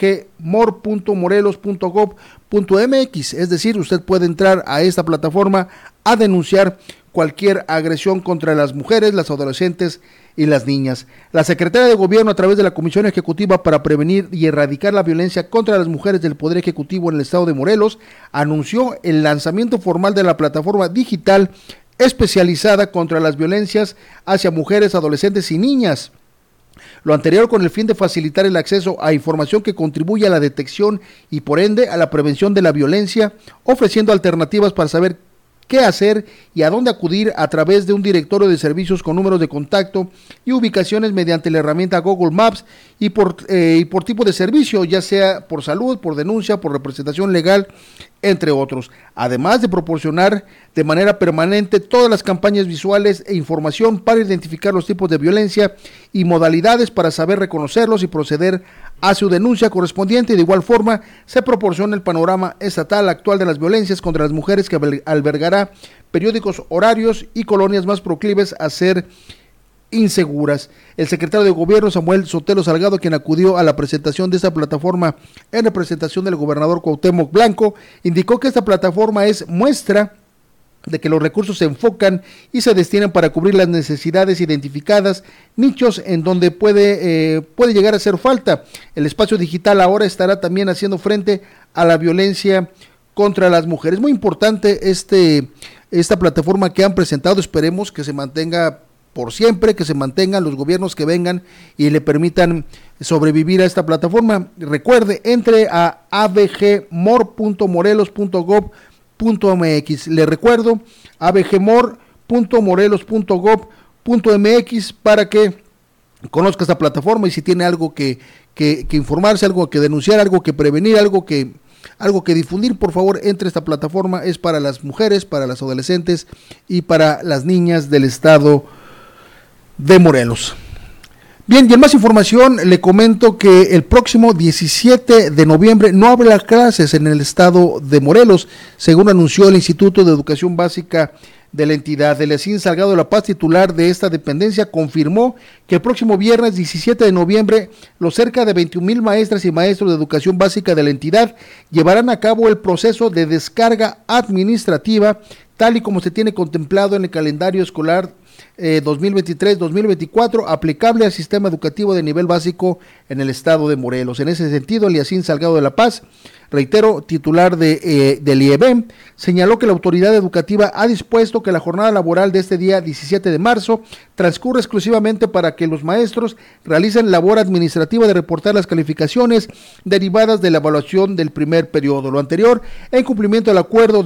abgmor.morelos.gov.mx, es decir, usted puede entrar a esta plataforma a denunciar cualquier agresión contra las mujeres, las adolescentes y las niñas. La Secretaría de Gobierno, a través de la Comisión Ejecutiva para Prevenir y Erradicar la Violencia contra las Mujeres del Poder Ejecutivo en el estado de Morelos, anunció el lanzamiento formal de la plataforma digital especializada contra las violencias hacia mujeres, adolescentes y niñas. Lo anterior con el fin de facilitar el acceso a información que contribuye a la detección y por ende a la prevención de la violencia, ofreciendo alternativas para saber qué hacer y a dónde acudir a través de un directorio de servicios con números de contacto y ubicaciones mediante la herramienta Google Maps y por tipo de servicio, ya sea por salud, por denuncia, por representación legal, entre otros, además de proporcionar de manera permanente todas las campañas visuales e información para identificar los tipos de violencia y modalidades para saber reconocerlos y proceder a su denuncia correspondiente. De igual forma, se proporciona el panorama estatal actual de las violencias contra las mujeres, que albergará periódicos, horarios y colonias más proclives a ser inseguras. El secretario de Gobierno, Samuel Sotelo Salgado, quien acudió a la presentación de esta plataforma en representación del gobernador Cuauhtémoc Blanco, indicó que esta plataforma es muestra de que los recursos se enfocan y se destinan para cubrir las necesidades identificadas, nichos en donde puede llegar a hacer falta. El espacio digital ahora estará también haciendo frente a la violencia contra las mujeres. Muy importante esta plataforma que han presentado, esperemos que se mantenga por siempre, que se mantengan los gobiernos que vengan y le permitan sobrevivir a esta plataforma. Recuerde, entre a abgmor.morelos.gov.mx. Le recuerdo, abgmor.morelos.gov.mx, para que conozca esta plataforma y si tiene algo que informarse, algo que denunciar, algo que prevenir, algo que difundir, por favor, entre esta plataforma. Es para las mujeres, para las adolescentes y para las niñas del estado de Morelos. Bien, y en más información le comento que el próximo 17 de noviembre no habrá clases en el estado de Morelos, según anunció el Instituto de Educación Básica de la entidad. Eliacín Salgado de la Paz, titular de esta dependencia, confirmó que el próximo viernes 17 de noviembre los cerca de 21,000 maestras y maestros de educación básica de la entidad llevarán a cabo el proceso de descarga administrativa, tal y como se tiene contemplado en el calendario escolar 2023-2024, aplicable al sistema educativo de nivel básico en el estado de Morelos. En ese sentido, Eliacín Salgado de la Paz, reitero, titular del IEBEM, señaló que la autoridad educativa ha dispuesto que la jornada laboral de este día 17 de marzo transcurra exclusivamente para que los maestros realicen labor administrativa de reportar las calificaciones derivadas de la evaluación del primer periodo. Lo anterior en cumplimiento del acuerdo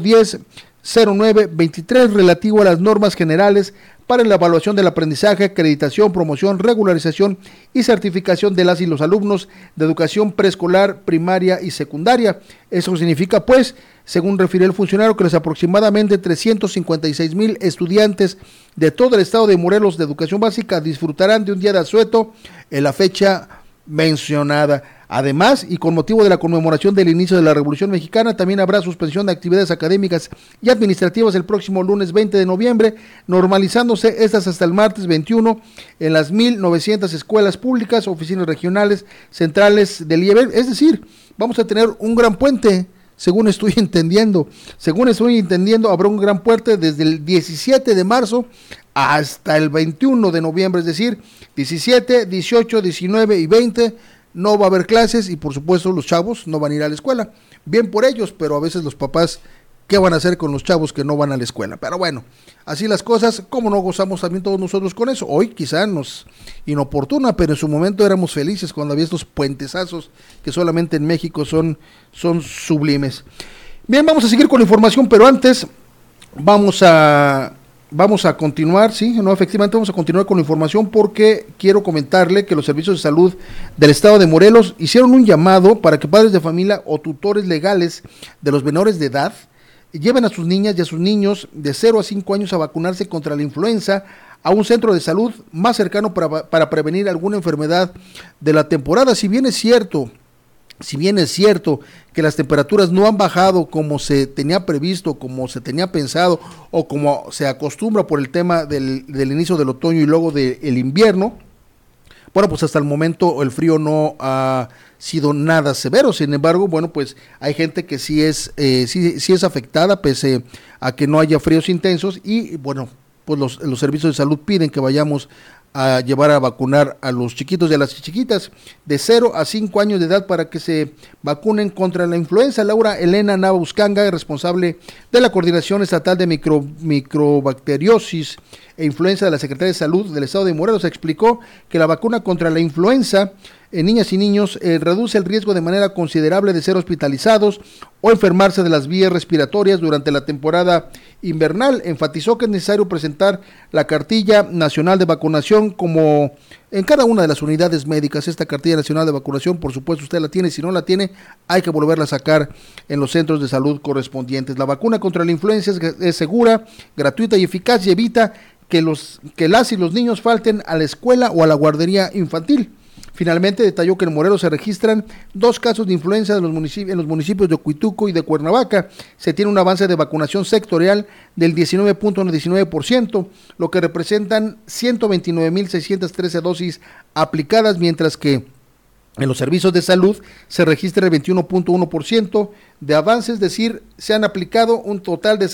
1009-23 relativo a las normas generales para la evaluación del aprendizaje, acreditación, promoción, regularización y certificación de las y los alumnos de educación preescolar, primaria y secundaria. Eso significa, pues, según refirió el funcionario, que los aproximadamente 356,000 estudiantes de todo el estado de Morelos de educación básica disfrutarán de un día de asueto en la fecha mencionada. Además, y con motivo de la conmemoración del inicio de la Revolución Mexicana, también habrá suspensión de actividades académicas y administrativas el próximo lunes 20 de noviembre, normalizándose estas hasta el martes 21 en las 1,900 escuelas públicas, oficinas regionales, centrales del IEBEM. Es decir, vamos a tener un gran puente, según estoy entendiendo. Habrá un gran puente desde el 17 de marzo hasta el 21 de noviembre, es decir, 17, 18, 19 y 20 no va a haber clases y por supuesto los chavos no van a ir a la escuela. Bien por ellos, pero a veces los papás ¿qué van a hacer con los chavos que no van a la escuela? Pero bueno, así las cosas, ¿cómo no gozamos también todos nosotros con eso? Hoy quizá nos inoportuna, pero en su momento éramos felices cuando había estos puentesazos que solamente en México son sublimes. Bien, vamos a seguir con la información, pero antes vamos a continuar, sí, no, efectivamente vamos a continuar con la información porque quiero comentarle que los servicios de salud del estado de Morelos hicieron un llamado para que padres de familia o tutores legales de los menores de edad lleven a sus niñas y a sus niños de 0 a 5 años a vacunarse contra la influenza a un centro de salud más cercano para prevenir alguna enfermedad de la temporada. Si bien es cierto que las temperaturas no han bajado como se tenía previsto, como se tenía pensado o como se acostumbra por el tema del inicio del otoño y luego del invierno, bueno, pues hasta el momento el frío no ha sido nada severo. Sin embargo, bueno, pues hay gente que sí es afectada pese a que no haya fríos intensos y bueno, pues los servicios de salud piden que vayamos a llevar a vacunar a los chiquitos y a las chiquitas de 0 a 5 años de edad para que se vacunen contra la influenza. Laura Elena Nava Buscanga, responsable de la Coordinación Estatal de Microbacteriosis e Influenza de la Secretaría de Salud del Estado de Morelos, explicó que la vacuna contra la influenza en niñas y niños reduce el riesgo de manera considerable de ser hospitalizados o enfermarse de las vías respiratorias durante la temporada invernal. Enfatizó que es necesario presentar la cartilla nacional de vacunación como en cada una de las unidades médicas. Esta cartilla nacional de vacunación, por supuesto, usted la tiene. Si no la tiene, hay que volverla a sacar en los centros de salud correspondientes. La vacuna contra la influenza es segura, gratuita y eficaz y evita que las y los niños falten a la escuela o a la guardería infantil. Finalmente detalló que en Morelos se registran 2 casos de influenza en los municipios de Huituco y de Cuernavaca. Se tiene un avance de vacunación sectorial del 19.19%, lo que representan 129.613 dosis aplicadas, mientras que en los servicios de salud se registra el 21.1% de avance, es decir, se han aplicado un total de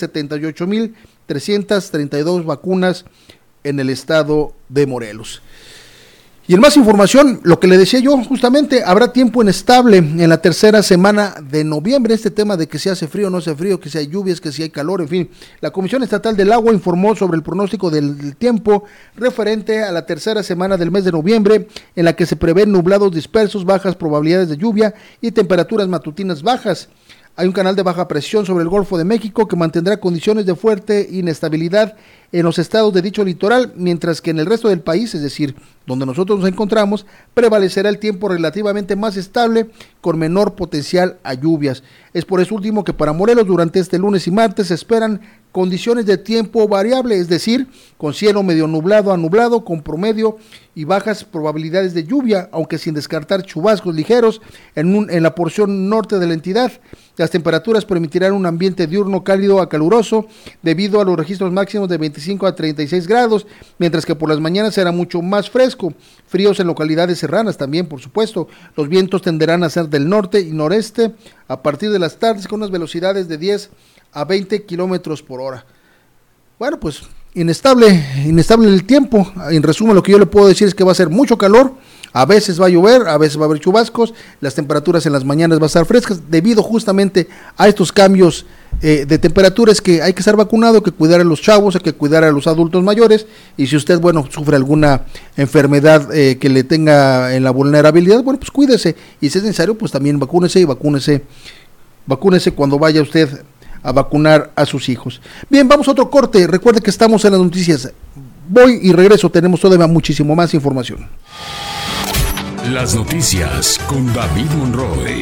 78.332 vacunas en el estado de Morelos. Y en más información, lo que le decía yo, justamente, habrá tiempo inestable en la tercera semana de noviembre, este tema de que si hace frío o no hace frío, que si hay lluvias, que si hay calor, en fin. La Comisión Estatal del Agua informó sobre el pronóstico del tiempo referente a la tercera semana del mes de noviembre, en la que se prevén nublados dispersos, bajas probabilidades de lluvia y temperaturas matutinas bajas. Hay un canal de baja presión sobre el Golfo de México que mantendrá condiciones de fuerte inestabilidad en los estados de dicho litoral, mientras que en el resto del país, es decir, donde nosotros nos encontramos, prevalecerá el tiempo relativamente más estable con menor potencial a lluvias. Es por eso último que para Morelos durante este lunes y martes se esperan condiciones de tiempo variable, es decir, con cielo medio nublado a nublado, con promedio y bajas probabilidades de lluvia, aunque sin descartar chubascos ligeros en la porción norte de la entidad. Las temperaturas permitirán un ambiente diurno cálido a caluroso debido a los registros máximos de 25 a 36 grados, mientras que por las mañanas será mucho más fresco. Fríos en localidades serranas también, por supuesto. Los vientos tenderán a ser del norte y noreste a partir de las tardes con unas velocidades de 10 a 20 kilómetros por hora. Bueno, pues inestable el tiempo. En resumen, lo que yo le puedo decir es que va a ser mucho calor. A veces va a llover, a veces va a haber chubascos, las temperaturas en las mañanas van a estar frescas debido justamente a estos cambios de temperaturas, que hay que estar vacunado, que cuidar a los chavos, hay que cuidar a los adultos mayores, y si usted, bueno, sufre alguna enfermedad que le tenga en la vulnerabilidad, bueno, pues cuídese, y si es necesario, pues también vacúnese cuando vaya usted a vacunar a sus hijos. Bien, vamos a otro corte. Recuerde que estamos en las noticias. Voy y regreso, tenemos todavía muchísimo más información. Las noticias con David Monroe.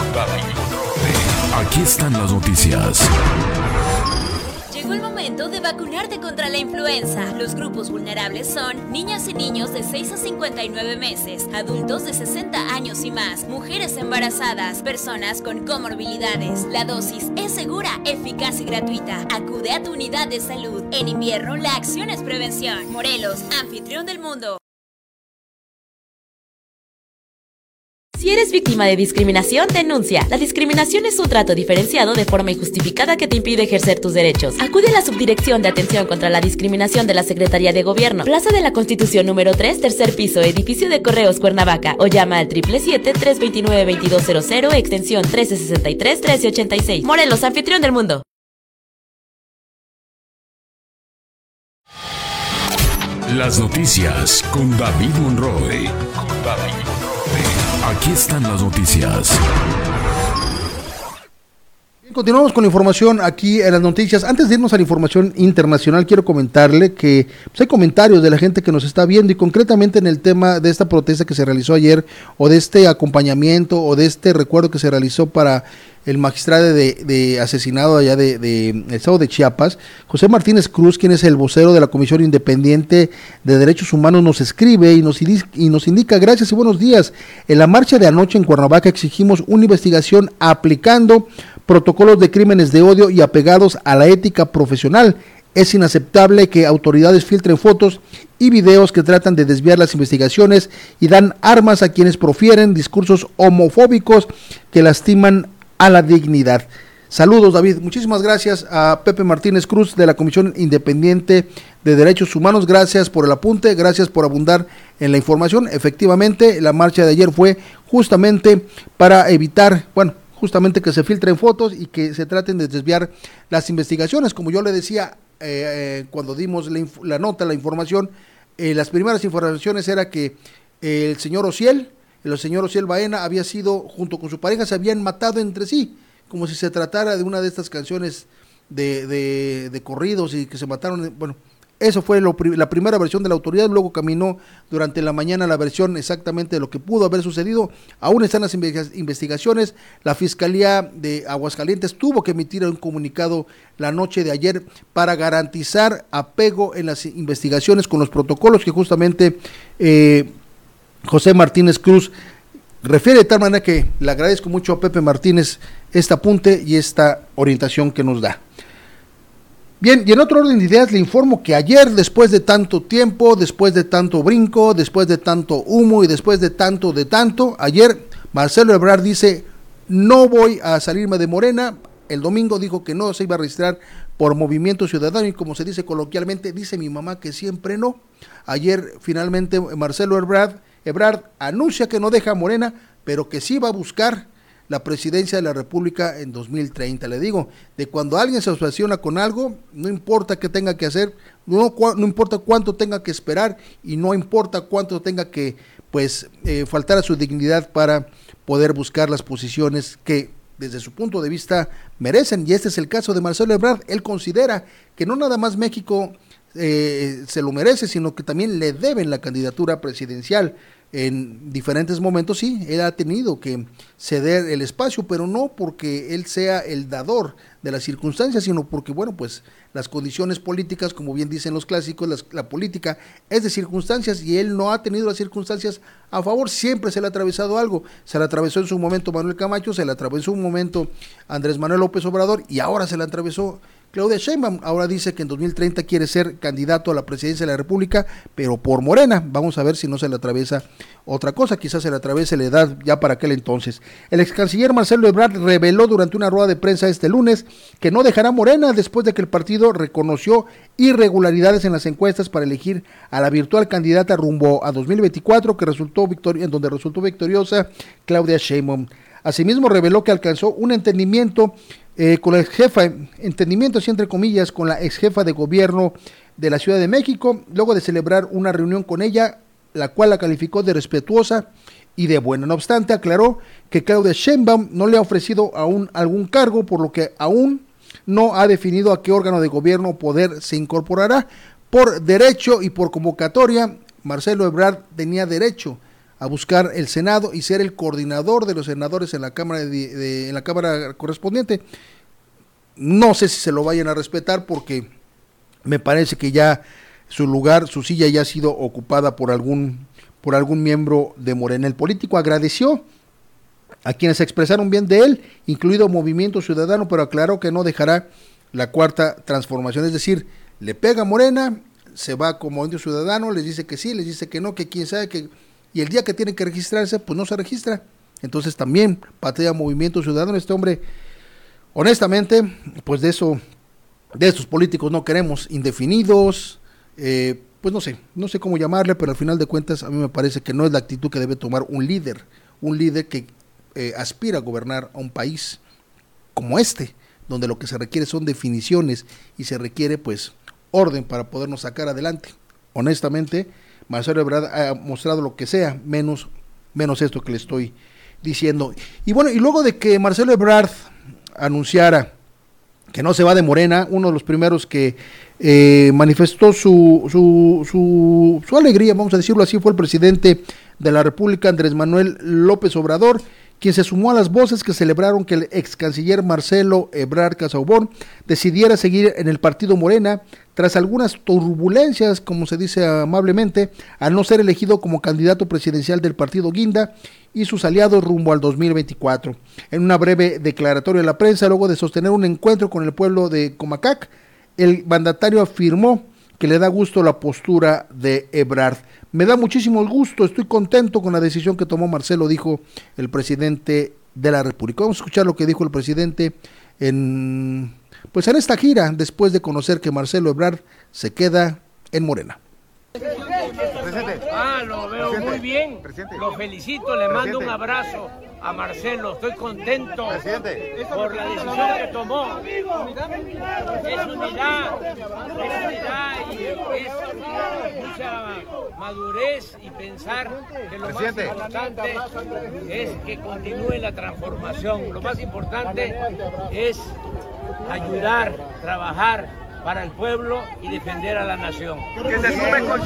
Aquí están las noticias. Llegó el momento de vacunarte contra la influenza. Los grupos vulnerables son niñas y niños de 6 a 59 meses, adultos de 60 años y más, mujeres embarazadas, personas con comorbilidades. La dosis es segura, eficaz y gratuita. Acude a tu unidad de salud. En invierno, la acción es prevención. Morelos, anfitrión del mundo. Si eres víctima de discriminación, denuncia. La discriminación es un trato diferenciado de forma injustificada que te impide ejercer tus derechos. Acude a la Subdirección de Atención contra la Discriminación de la Secretaría de Gobierno, Plaza de la Constitución número 3, tercer piso, edificio de Correos Cuernavaca, o llama al 777-329-2200, extensión 1363-1386. Morelos, anfitrión del mundo. Las noticias con David Monroe. Aquí están las noticias. Continuamos con la información aquí en las noticias. Antes de irnos a la información internacional, quiero comentarle que hay comentarios de la gente que nos está viendo y concretamente en el tema de esta protesta que se realizó ayer o de este acompañamiento o de este recuerdo que se realizó para el magistrado de asesinado allá de estado de Chiapas. José Martínez Cruz, quien es el vocero de la Comisión Independiente de Derechos Humanos, nos escribe y nos indica: gracias y buenos días. En la marcha de anoche en Cuernavaca exigimos una investigación aplicando protocolos de crímenes de odio y apegados a la ética profesional. Es inaceptable que autoridades filtren fotos y videos que tratan de desviar las investigaciones y dan armas a quienes profieren discursos homofóbicos que lastiman a la dignidad. Saludos, David. Muchísimas gracias a Pepe Martínez Cruz de la Comisión Independiente de Derechos Humanos. Gracias por el apunte, gracias por abundar en la información. Efectivamente, la marcha de ayer fue justamente para evitar, justamente que se filtren fotos y que se traten de desviar las investigaciones. Como yo le decía cuando dimos la nota, la información, las primeras informaciones era que el señor Ociel Baena había sido, junto con su pareja, se habían matado entre sí, como si se tratara de una de estas canciones de corridos y que se mataron. Eso fue la primera versión de la autoridad. Luego caminó durante la mañana la versión exactamente de lo que pudo haber sucedido. Aún están las investigaciones. La Fiscalía de Aguascalientes tuvo que emitir un comunicado la noche de ayer para garantizar apego en las investigaciones con los protocolos que justamente José Martínez Cruz refiere, de tal manera que le agradezco mucho a Pepe Martínez este apunte y esta orientación que nos da. Bien, y en otro orden de ideas le informo que ayer, después de tanto tiempo, después de tanto brinco, después de tanto humo y después de tanto, ayer Marcelo Ebrard dice: no voy a salirme de Morena. El domingo dijo que no se iba a registrar por Movimiento Ciudadano y, como se dice coloquialmente, dice mi mamá que siempre no. Ayer finalmente Marcelo Ebrard anuncia que no deja a Morena, pero que sí va a buscar la presidencia de la República en 2030. Le digo, de cuando alguien se obsesiona con algo, no importa qué tenga que hacer, no importa cuánto tenga que esperar y no importa cuánto tenga que faltar a su dignidad para poder buscar las posiciones que desde su punto de vista merecen. Y este es el caso de Marcelo Ebrard. Él considera que no nada más México se lo merece, sino que también le deben la candidatura presidencial. En diferentes momentos sí, él ha tenido que ceder el espacio, pero no porque él sea el dador de las circunstancias, sino porque, las condiciones políticas, como bien dicen los clásicos, la política es de circunstancias y él no ha tenido las circunstancias a favor. Siempre se le ha atravesado algo. Se le atravesó en su momento Manuel Camacho, se le atravesó en un momento Andrés Manuel López Obrador y ahora se le atravesó Claudia Sheinbaum. Ahora dice que en 2030 quiere ser candidato a la presidencia de la República, pero por Morena. Vamos a ver si no se le atraviesa otra cosa, quizás se le atraviese la edad ya para aquel entonces. El ex canciller Marcelo Ebrard reveló durante una rueda de prensa este lunes que no dejará Morena después de que el partido reconoció irregularidades en las encuestas para elegir a la virtual candidata rumbo a 2024, en donde resultó victoriosa Claudia Sheinbaum. Asimismo reveló que alcanzó un entendimiento con la ex jefa, entendimiento así entre comillas, con la ex jefa de gobierno de la Ciudad de México, luego de celebrar una reunión con ella, la cual la calificó de respetuosa y de buena. No obstante, aclaró que Claudia Sheinbaum no le ha ofrecido aún algún cargo, por lo que aún no ha definido a qué órgano de gobierno o poder se incorporará. Por derecho y por convocatoria, Marcelo Ebrard tenía derecho a buscar el Senado y ser el coordinador de los senadores en la Cámara en la Cámara correspondiente. No sé si se lo vayan a respetar, porque me parece que ya su silla ya ha sido ocupada por algún miembro de Morena. El político agradeció a quienes se expresaron bien de él, incluido Movimiento Ciudadano, pero aclaró que no dejará la cuarta transformación. Es decir, le pega a Morena, se va como Movimiento Ciudadano, les dice que sí, les dice que no, que quién sabe, y el día que tiene que registrarse, pues no se registra. Entonces también patea Movimiento Ciudadano. Este hombre, honestamente, pues de estos políticos no queremos, indefinidos, pues no sé cómo llamarle, pero al final de cuentas a mí me parece que no es la actitud que debe tomar un líder que aspira a gobernar a un país como este, donde lo que se requiere son definiciones y se requiere orden para podernos sacar adelante. honestamente, Marcelo Ebrard ha mostrado lo que sea, menos esto que le estoy diciendo. Y bueno, y luego de que Marcelo Ebrard anunciara que no se va de Morena, uno de los primeros que manifestó su alegría, vamos a decirlo así, fue el presidente de la República, Andrés Manuel López Obrador, quien se sumó a las voces que celebraron que el ex canciller Marcelo Ebrard Casaubon decidiera seguir en el partido Morena tras algunas turbulencias, como se dice amablemente, al no ser elegido como candidato presidencial del partido Guinda y sus aliados rumbo al 2024. En una breve declaratoria a la prensa, luego de sostener un encuentro con el pueblo de Comacac, el mandatario afirmó que le da gusto la postura de Ebrard. Me da muchísimo gusto, estoy contento con la decisión que tomó Marcelo, dijo el presidente de la República. Vamos a escuchar lo que dijo el presidente en esta gira, después de conocer que Marcelo Ebrard se queda en Morena. Lo veo muy bien, lo felicito, le mando un abrazo a Marcelo, estoy contento por la decisión que tomó. Es unidad y es mucha madurez y pensar que lo más importante es que continúe la transformación. Lo más importante es ayudar, trabajar para el pueblo y defender a la nación. Que se sume con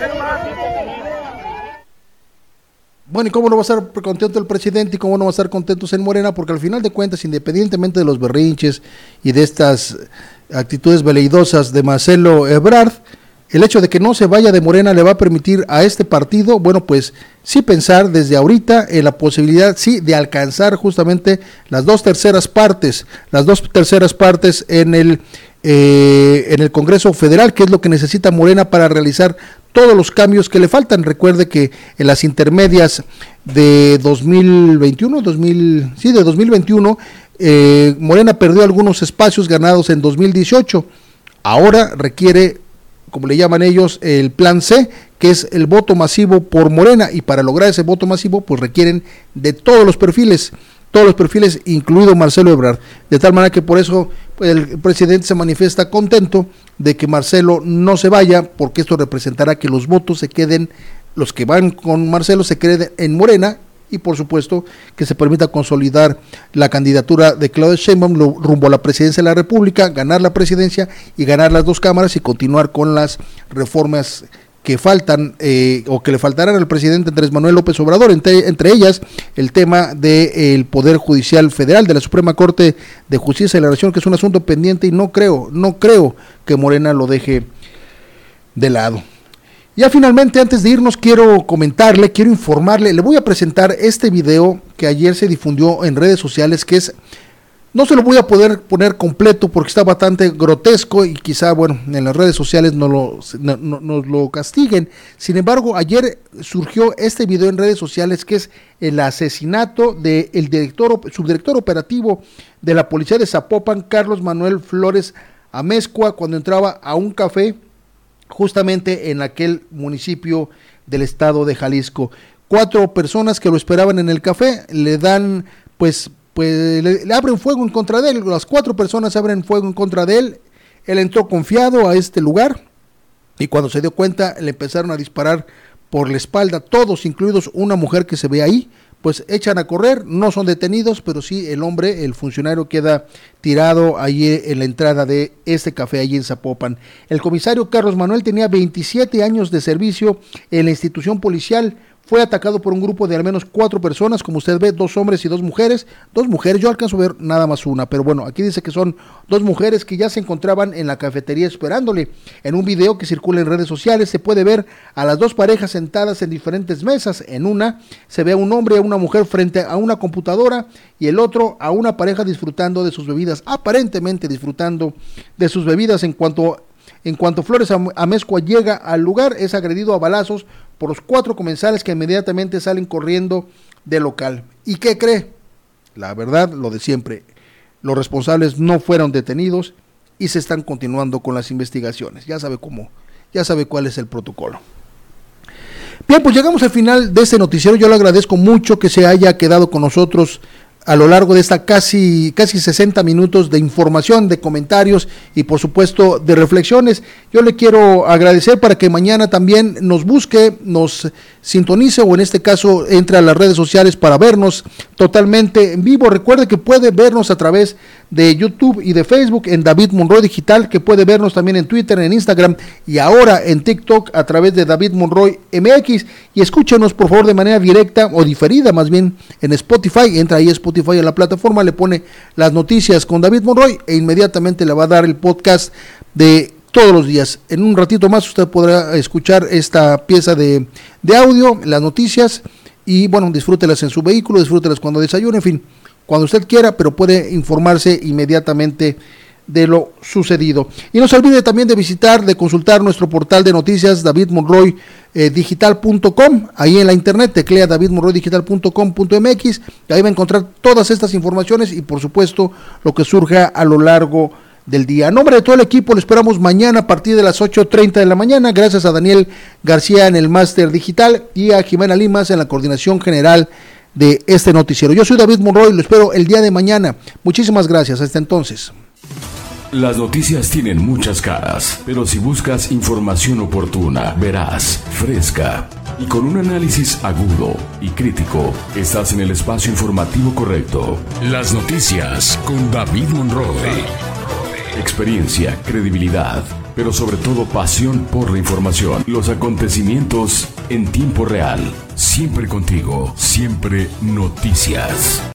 Bueno, ¿y cómo no va a estar contento el presidente y cómo no va a estar contentos en Morena? Porque al final de cuentas, independientemente de los berrinches y de estas actitudes veleidosas de Marcelo Ebrard, el hecho de que no se vaya de Morena le va a permitir a este partido, bueno, pues sí pensar desde ahorita en la posibilidad, sí, de alcanzar justamente las dos terceras partes en el Congreso Federal, que es lo que necesita Morena para realizar todos los cambios que le faltan. Recuerde que en las intermedias de 2021, Morena perdió algunos espacios ganados en 2018. Ahora requiere, como le llaman ellos, el plan C, que es el voto masivo por Morena, y para lograr ese voto masivo, pues requieren de todos los perfiles, incluido Marcelo Ebrard, de tal manera que por eso el presidente se manifiesta contento de que Marcelo no se vaya, porque esto representará que los votos se queden, los que van con Marcelo se queden en Morena, y por supuesto que se permita consolidar la candidatura de Claudia Sheinbaum rumbo a la presidencia de la República, ganar la presidencia y ganar las dos cámaras y continuar con las reformas que faltan o que le faltarán al presidente Andrés Manuel López Obrador, entre ellas el tema del Poder Judicial Federal, de la Suprema Corte de Justicia de la Nación, que es un asunto pendiente y no creo que Morena lo deje de lado. Ya finalmente, antes de irnos, quiero informarle, le voy a presentar este video que ayer se difundió en redes sociales, que no se lo voy a poder poner completo porque está bastante grotesco y quizá, en las redes sociales nos lo castiguen. Sin embargo, ayer surgió este video en redes sociales, que es el asesinato del subdirector operativo de la policía de Zapopan, Carlos Manuel Flores Amezcua, cuando entraba a un café justamente en aquel municipio del estado de Jalisco. 4 personas que lo esperaban en el café le dan, le abren fuego en contra de él. Las 4 personas abren fuego en contra de él. Él entró confiado a este lugar y cuando se dio cuenta le empezaron a disparar por la espalda, todos, incluidos una mujer que se ve ahí, pues echan a correr, no son detenidos, pero sí el funcionario queda tirado ahí en la entrada de este café allí en Zapopan. El comisario Carlos Manuel tenía 27 años de servicio en la institución policial. Fue atacado por un grupo de al menos 4 personas, como usted ve, 2 hombres y 2 mujeres. 2 mujeres, yo alcanzo a ver nada más una, pero aquí dice que son 2 mujeres que ya se encontraban en la cafetería esperándole. En un video que circula en redes sociales se puede ver a las 2 parejas sentadas en diferentes mesas. En una se ve a un hombre y a una mujer frente a una computadora y el otro a una pareja disfrutando de sus bebidas, aparentemente disfrutando de sus bebidas. En cuanto Flores Amezcua llega al lugar, es agredido a balazos por los 4 comensales que inmediatamente salen corriendo del local. ¿Y qué cree? La verdad, lo de siempre. Los responsables no fueron detenidos y se están continuando con las investigaciones. Ya sabe cuál es el protocolo. Bien, pues llegamos al final de este noticiero. Yo le agradezco mucho que se haya quedado con nosotros a lo largo de esta casi 60 minutos de información, de comentarios y por supuesto de reflexiones. Yo le quiero agradecer para que mañana también nos busque, nos sintonice o en este caso entre a las redes sociales para vernos totalmente en vivo. Recuerde que puede vernos a través de YouTube y de Facebook en David Monroy Digital, que puede vernos también en Twitter, en Instagram y ahora en TikTok a través de David Monroy MX, y escúchenos por favor de manera directa o diferida más bien en Spotify. Entra ahí a Spotify a la plataforma, le pone las noticias con David Monroy e inmediatamente le va a dar el podcast de todos los días. En un ratito más usted podrá escuchar esta pieza de audio, las noticias, y bueno, disfrútelas en su vehículo, disfrútelas cuando desayune, en fin, cuando usted quiera, pero puede informarse inmediatamente de lo sucedido. Y no se olvide también de visitar, de consultar nuestro portal de noticias, davidmonroydigital.com, ahí en la internet, teclea davidmonroydigital.com.mx, ahí va a encontrar todas estas informaciones y por supuesto lo que surja a lo largo del día. A nombre de todo el equipo, le esperamos mañana a partir de las 8:30 de la mañana, gracias a Daniel García en el máster digital y a Jimena Limas en la coordinación general de este noticiero. Yo soy David Monroy, lo espero el día de mañana. Muchísimas gracias, hasta entonces. Las noticias tienen muchas caras, pero si buscas información oportuna, veraz, fresca y con un análisis agudo y crítico, estás en el espacio informativo correcto. Las noticias con David Monroy. Experiencia, credibilidad, pero sobre todo pasión por la información. Los acontecimientos en tiempo real. Siempre contigo, siempre noticias.